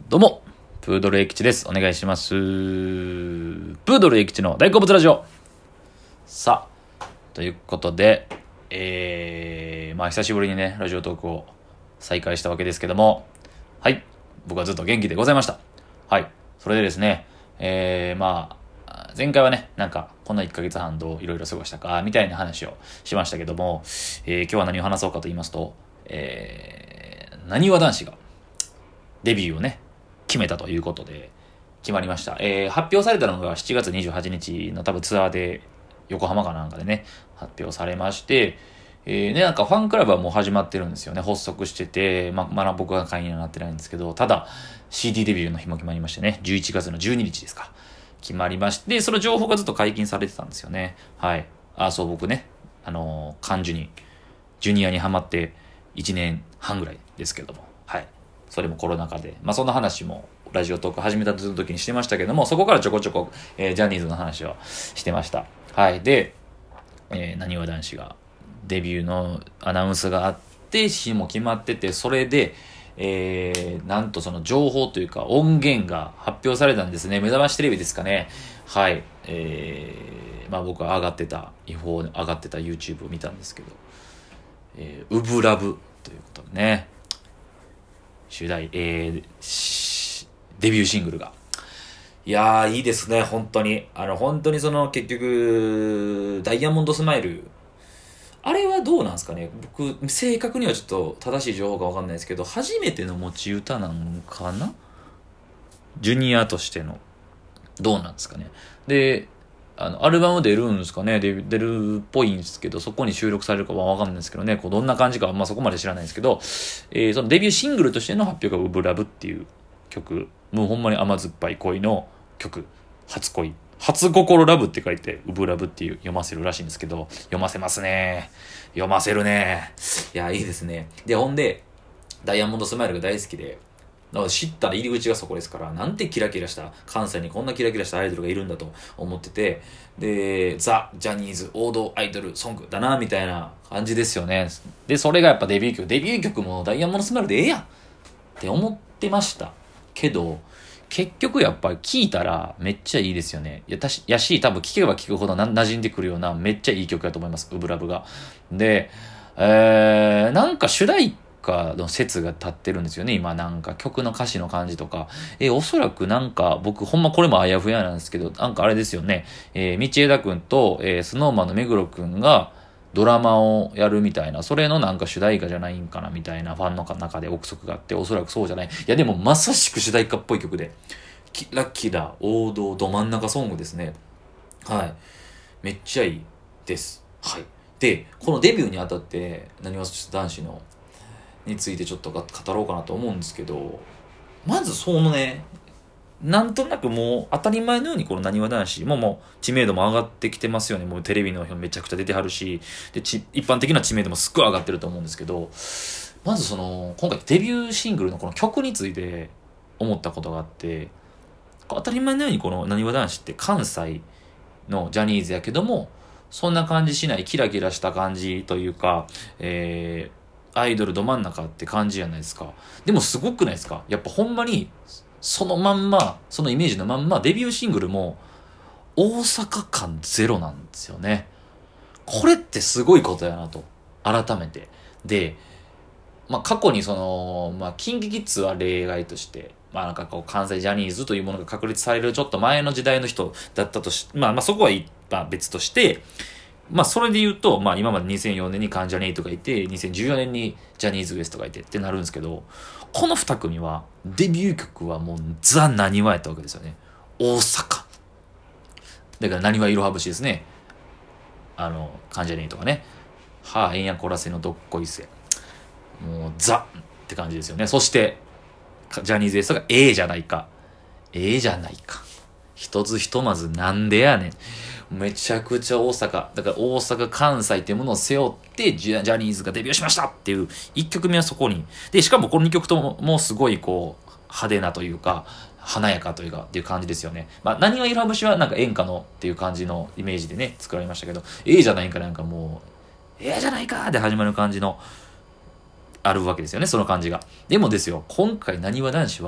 どうも、プードル英吉です。お願いします。プードル英吉の大好物ラジオ。さあ、ということで、久しぶりにね、ラジオトークを再開したわけですけども、はい、僕はずっと元気でございました。はい、それでですね、前回はね、この1ヶ月半どういろいろ過ごしたか、みたいな話をしましたけども、今日は何を話そうかと言いますと、なにわ男子がデビューをね、決めたということで、決まりました。発表されたのが7月28日の多分ツアーで、横浜かなんかでね、発表されまして、ファンクラブはもう始まってるんですよね。発足してて、まだ僕は会員にはなってないんですけど、ただ CD デビューの日も決まりましてね、11月の12日ですか。決まりまして、その情報がずっと解禁されてたんですよね。はい。そう僕ね、関ジュニ、ジュニアにハマって1年半ぐらいですけども、はい。それもコロナ禍で、そんな話もラジオトーク始めた時にしてましたけども、そこからちょこちょこ、ジャニーズの話をしてました。はい。で、なにわ男子がデビューのアナウンスがあって、日も決まってて、それで、なんとその情報というか音源が発表されたんですね。目覚ましテレビですかね。はい。僕は違法上がってた YouTube を見たんですけど、ウブラブということでね、デビューシングルが。いやー、いいですね、本当に。本当に結局、ダイヤモンドスマイル。あれはどうなんですかね。僕、正確にはちょっと正しい情報がわかんないですけど、初めての持ち歌なんかな？ジュニアとしての。どうなんですかね。で、アルバム出るんですかね。出るっぽいんですけど、そこに収録されるかはわかんないですけどね。どんな感じか、そこまで知らないですけど、そのデビューシングルとしての発表がウブラブっていう曲。もうほんまに甘酸っぱい恋の曲。初恋。初心ラブって書いて、ウブラブっていう読ませるらしいんですけど、読ませますね。読ませるね。いや、いいですね。で、ほんで、ダイヤモンドスマイルが大好きで、知ったら入り口がそこですから、なんてキラキラした、関西にこんなキラキラしたアイドルがいるんだと思ってて、で、ザ・ジャニーズ王道アイドルソングだな、みたいな感じですよね。で、それがやっぱデビュー曲もダイヤモンドスマイルでええやんって思ってましたけど、結局やっぱり聴いたらめっちゃいいですよね。やし、多分聴けば聴くほど馴染んでくるようなめっちゃいい曲だと思います、ウブラブが。で、主題歌の説が立ってるんですよね。今曲の歌詞の感じとか。おそらく僕ほんまこれもあやふやなんですけど、あれですよね。道枝くんと、スノーマンの目黒くんがドラマをやるみたいな、それの主題歌じゃないんかなみたいなファンの中で憶測があって、おそらくそうじゃない。いやでもまさしく主題歌っぽい曲で、キラキラ王道ど真ん中ソングですね。はい。めっちゃいいです。はい。で、このデビューにあたって、なにわ男子のについてちょっと語ろうかなと思うんですけど、まずなんとなくもう当たり前のようにこのなにわ男子もう知名度も上がってきてますよね。もうテレビの表めちゃくちゃ出てはるし、で一般的な知名度もすっごい上がってると思うんですけど、まず今回デビューシングルのこの曲について思ったことがあって、当たり前のようにこのなにわ男子って関西のジャニーズやけども、そんな感じしないキラキラした感じというか、アイドルど真ん中って感じじゃないですか。でもすごくないですか？やっぱほんまにそのまんま、そのイメージのまんま、デビューシングルも大阪感ゼロなんですよね。これってすごいことやなと、改めて。で、過去にキンキキッズは例外として、関西ジャニーズというものが確立されるちょっと前の時代の人だったとし、そこは別として、それで言うと、今まで2004年に関ジャニとかいて、2014年にジャニーズ WEST がいてってなるんですけど、この2組は、デビュー曲はもうザ・なにわやったわけですよね。大阪。だからなにわいろは節ですね。関ジャニとかね。えんやこらせのどっこいせ。もうザって感じですよね。そして、ジャニーズ WEST がじゃないか。じゃないか。一つひとまずなんでやねん。めちゃくちゃ大阪。だから大阪、関西っていうものを背負って、ジャニーズがデビューしましたっていう、1曲目はそこに。で、しかもこの2曲ともすごい派手なというか、華やかというかっていう感じですよね。なにわいろは節は演歌のっていう感じのイメージでね、作られましたけど、じゃないかもう、じゃないかで始まる感じの、あるわけですよね、その感じが。でもですよ、今回なにわ男子は、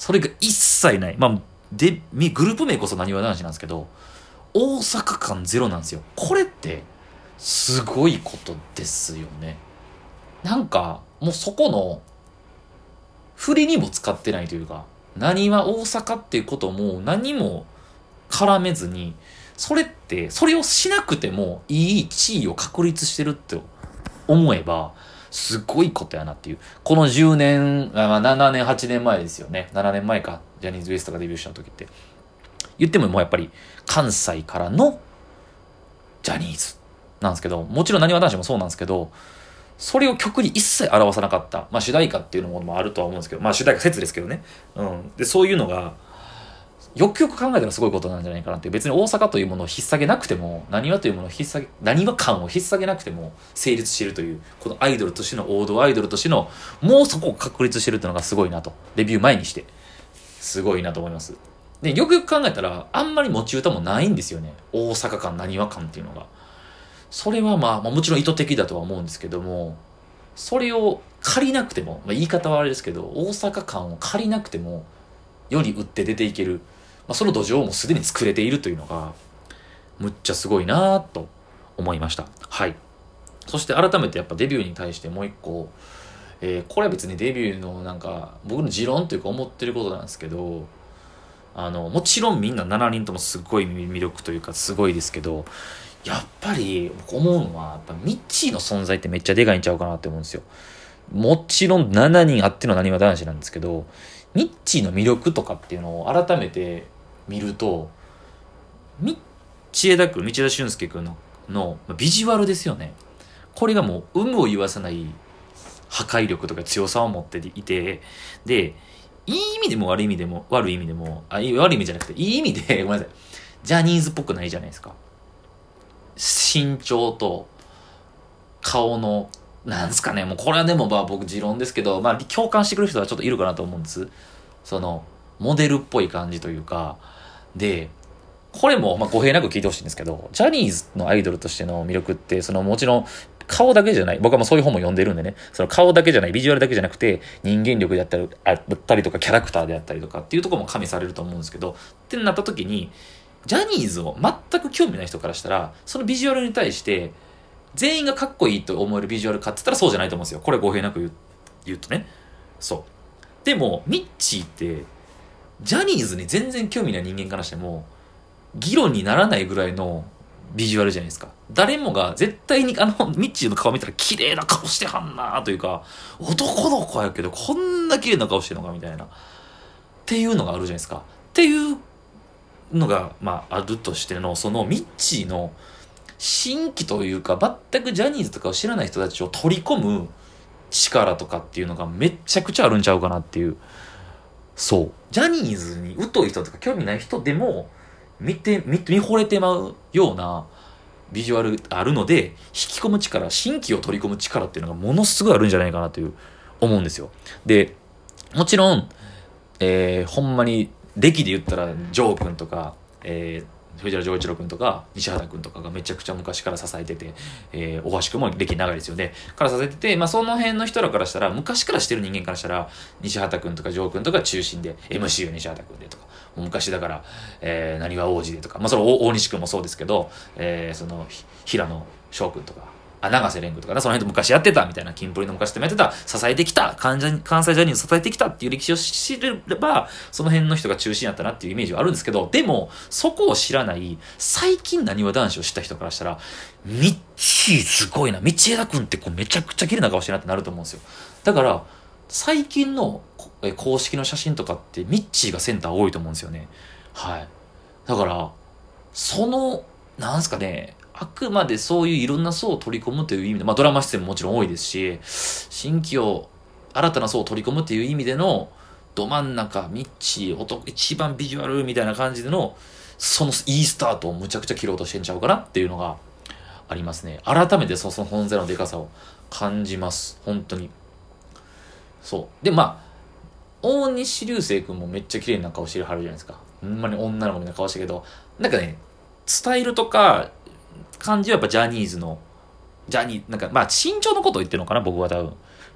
それが一切ない。まあ、グループ名こそなにわ男子なんですけど、大阪感ゼロなんですよ。これって、すごいことですよね。なんか、もうそこの、振りにも使ってないというか、何は大阪っていうことも何も絡めずに、それって、それをしなくてもいい地位を確立してるって思えば、すごいことやなっていう。この10年、7年、8年前ですよね。7年前か。ジャニーズ WEST がデビューした時って。言ってももうやっぱり関西からのジャニーズなんですけど、もちろんなにわ男子もそうなんですけど、それを曲に一切表さなかった。まあ主題歌っていうのもあるとは思うんですけど、まあ主題歌説ですけどね。うん。で、そういうのが、よくよく考えたらすごいことなんじゃないかなって。別に大阪というものを引っ提げなくても、何はというものを何は感を引っ提げなくても成立しているという、このアイドルとしての王道アイドルとしての、もうそこを確立してるっていうのがすごいなと。デビュー前にして。すごいなと思います。で、よくよく考えたら、あんまり持ち歌もないんですよね。大阪感、何は感っていうのが。それはまあもちろん意図的だとは思うんですけども、それを借りなくても、言い方はあれですけど、大阪感を借りなくても、より打って出ていける。その土壌もすでに作れているというのが、むっちゃすごいなと思いました。はい。そして改めてやっぱデビューに対してもう一個、これは別にデビューのなんか、僕の持論というか思ってることなんですけど、もちろんみんな7人ともすごい魅力というかすごいですけど、やっぱり僕思うのは、やっぱミッチーの存在ってめっちゃでかいんちゃうかなって思うんですよ。もちろん7人あってのなにわ男子なんですけど、ミッチーの魅力とかっていうのを改めて見ると、道枝君、道枝駿佑君のビジュアルですよね。これがもう有無を言わさない破壊力とか強さを持っていて、で、いい意味でも悪い意味でも、悪い意味でも、悪い意味じゃなくて、いい意味で、ごめんなさい。ジャニーズっぽくないじゃないですか。身長と顔の、なんすかね、もうこれはでも僕持論ですけど、共感してくる人はちょっといるかなと思うんです。その、モデルっぽい感じというか、で、これも語弊なく聞いてほしいんですけど、ジャニーズのアイドルとしての魅力って、もちろん顔だけじゃない、僕はもうそういう本も読んでるんでね、その顔だけじゃない、ビジュアルだけじゃなくて、人間力であったりとか、キャラクターであったりとかっていうところも加味されると思うんですけど、ってなった時に、ジャニーズを全く興味ない人からしたら、そのビジュアルに対して、全員がかっこいいと思えるビジュアルかって言ったらそうじゃないと思うんですよ。これ語弊なく言うとね。そう。でも、ミッチーって、ジャニーズに全然興味ない人間からしても、議論にならないぐらいのビジュアルじゃないですか。誰もが絶対にミッチーの顔見たら綺麗な顔してはんなというか、男の子やけどこんな綺麗な顔してるのかみたいな。っていうのがあるじゃないですか。っていうのが、あるとしての、そのミッチーの新規というか、全くジャニーズとかを知らない人たちを取り込む力とかっていうのがめちゃくちゃあるんちゃうかなっていう。そう。ジャニーズに疎い人とか興味ない人でも、見惚れてまうようなビジュアルあるので、引き込む力、新規を取り込む力っていうのがものすごいあるんじゃないかなという思うんですよ。で、もちろん、ほんまに歴で言ったらジョー君とか、藤原丈一郎君とか西畑君とかがめちゃくちゃ昔から支えてて、大橋君も歴長いですよね。から支えてて、その辺の人らからしたら、昔からしてる人間からしたら、西畑君とかジョー君とか中心で、MC は西畑君でとか、昔だから、何は王子でとか、その大西君もそうですけど、平野翔君とか、永瀬廉君とかその辺と昔やってたみたいな、キンプリの昔ともやってた、支えてきた、関西ジャニーズ支えてきたっていう歴史を知れば、その辺の人が中心やったなっていうイメージはあるんですけど、でも、そこを知らない、最近なにわ男子を知った人からしたら、ミッチーすごいな、道枝君ってめちゃくちゃ綺麗な顔してるなってなると思うんですよ。だから、最近の公式の写真とかってミッチーがセンター多いと思うんですよね。はい。だから、なんすかね、あくまでそういういろんな層を取り込むという意味で、ドラマ出演ももちろん多いですし、新規を、新たな層を取り込むという意味での、ど真ん中、ミッチー、一番ビジュアルみたいな感じでの、そのいいスタートをむちゃくちゃ切ろうとしてんちゃうかなっていうのがありますね。改めてその本勢のデカさを感じます。本当に。そう。で、大西流星君もめっちゃ綺麗な顔してるはるじゃないですか。ほんまに女の子みたいな顔してるけど、なんかね、スタイルとか、感じはやっぱジャニーズの、身長のことを言ってるのかな、僕は多分。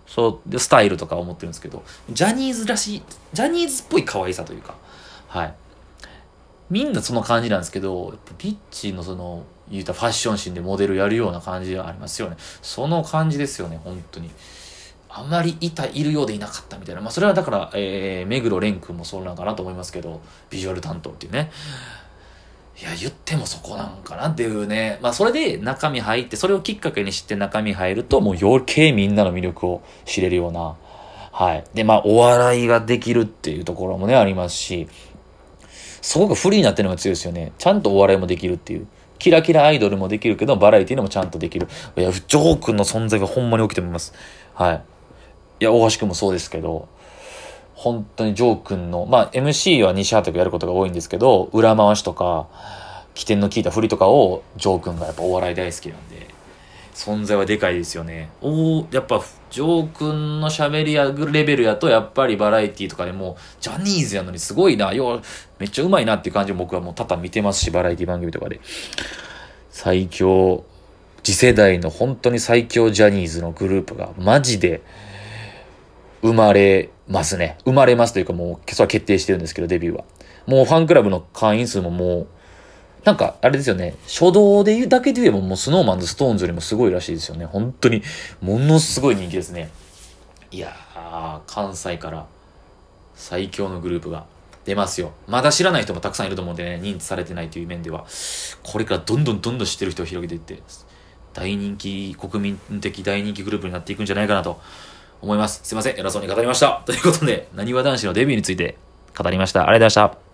そうでスタイルとか思ってるんですけど、ジャニーズらしい、ジャニーズっぽい可愛さというか、はい。みんなその感じなんですけど、やっぱピッチのその、言うたらファッションシーンでモデルやるような感じがありますよね。その感じですよね、本当に。あんまりいるようでいなかったみたいな。まあそれはだから、目黒蓮くんもそうなんかなと思いますけど、ビジュアル担当っていうね。いや、言ってもそこなんかなっていうね。まあそれで中身入って、それをきっかけにして中身入ると、もう余計みんなの魅力を知れるような。はい。で、まあお笑いができるっていうところもね、ありますし、すごくフリーになってるのが強いですよね。ちゃんとお笑いもできるっていう。キラキラアイドルもできるけど、バラエティーでもちゃんとできる。いや、ジョー君の存在がほんまに大きいと思います。はい。いや、大橋君もそうですけど、本当にジョー君の、まあ MC は西畑がやることが多いんですけど、裏回しとか、起点の効いた振りとかをジョー君がやっぱお笑い大好きなんで、存在はでかいですよね。やっぱ、ジョー君の喋りやレベルやと、やっぱりバラエティとかでも、ジャニーズやのにすごいな、めっちゃうまいなっていう感じを僕はもう多々見てますし、バラエティ番組とかで。最強、次世代の本当に最強ジャニーズのグループが、マジで、生まれますね。生まれますというかもう、それは決定してるんですけど、デビューは。もうファンクラブの会員数ももう、なんか、あれですよね。初動でだけで言えばもうスノーマンズ、ストーンズよりもすごいらしいですよね。本当に、ものすごい人気ですね。いやー、関西から最強のグループが出ますよ。まだ知らない人もたくさんいると思うんでね、認知されてないという面では、これからどんどん知ってる人を広げていって、大人気、国民的大人気グループになっていくんじゃないかなと思います。すいません。偉そうに語りました。ということで、なにわ男子のデビューについて語りました。ありがとうございました。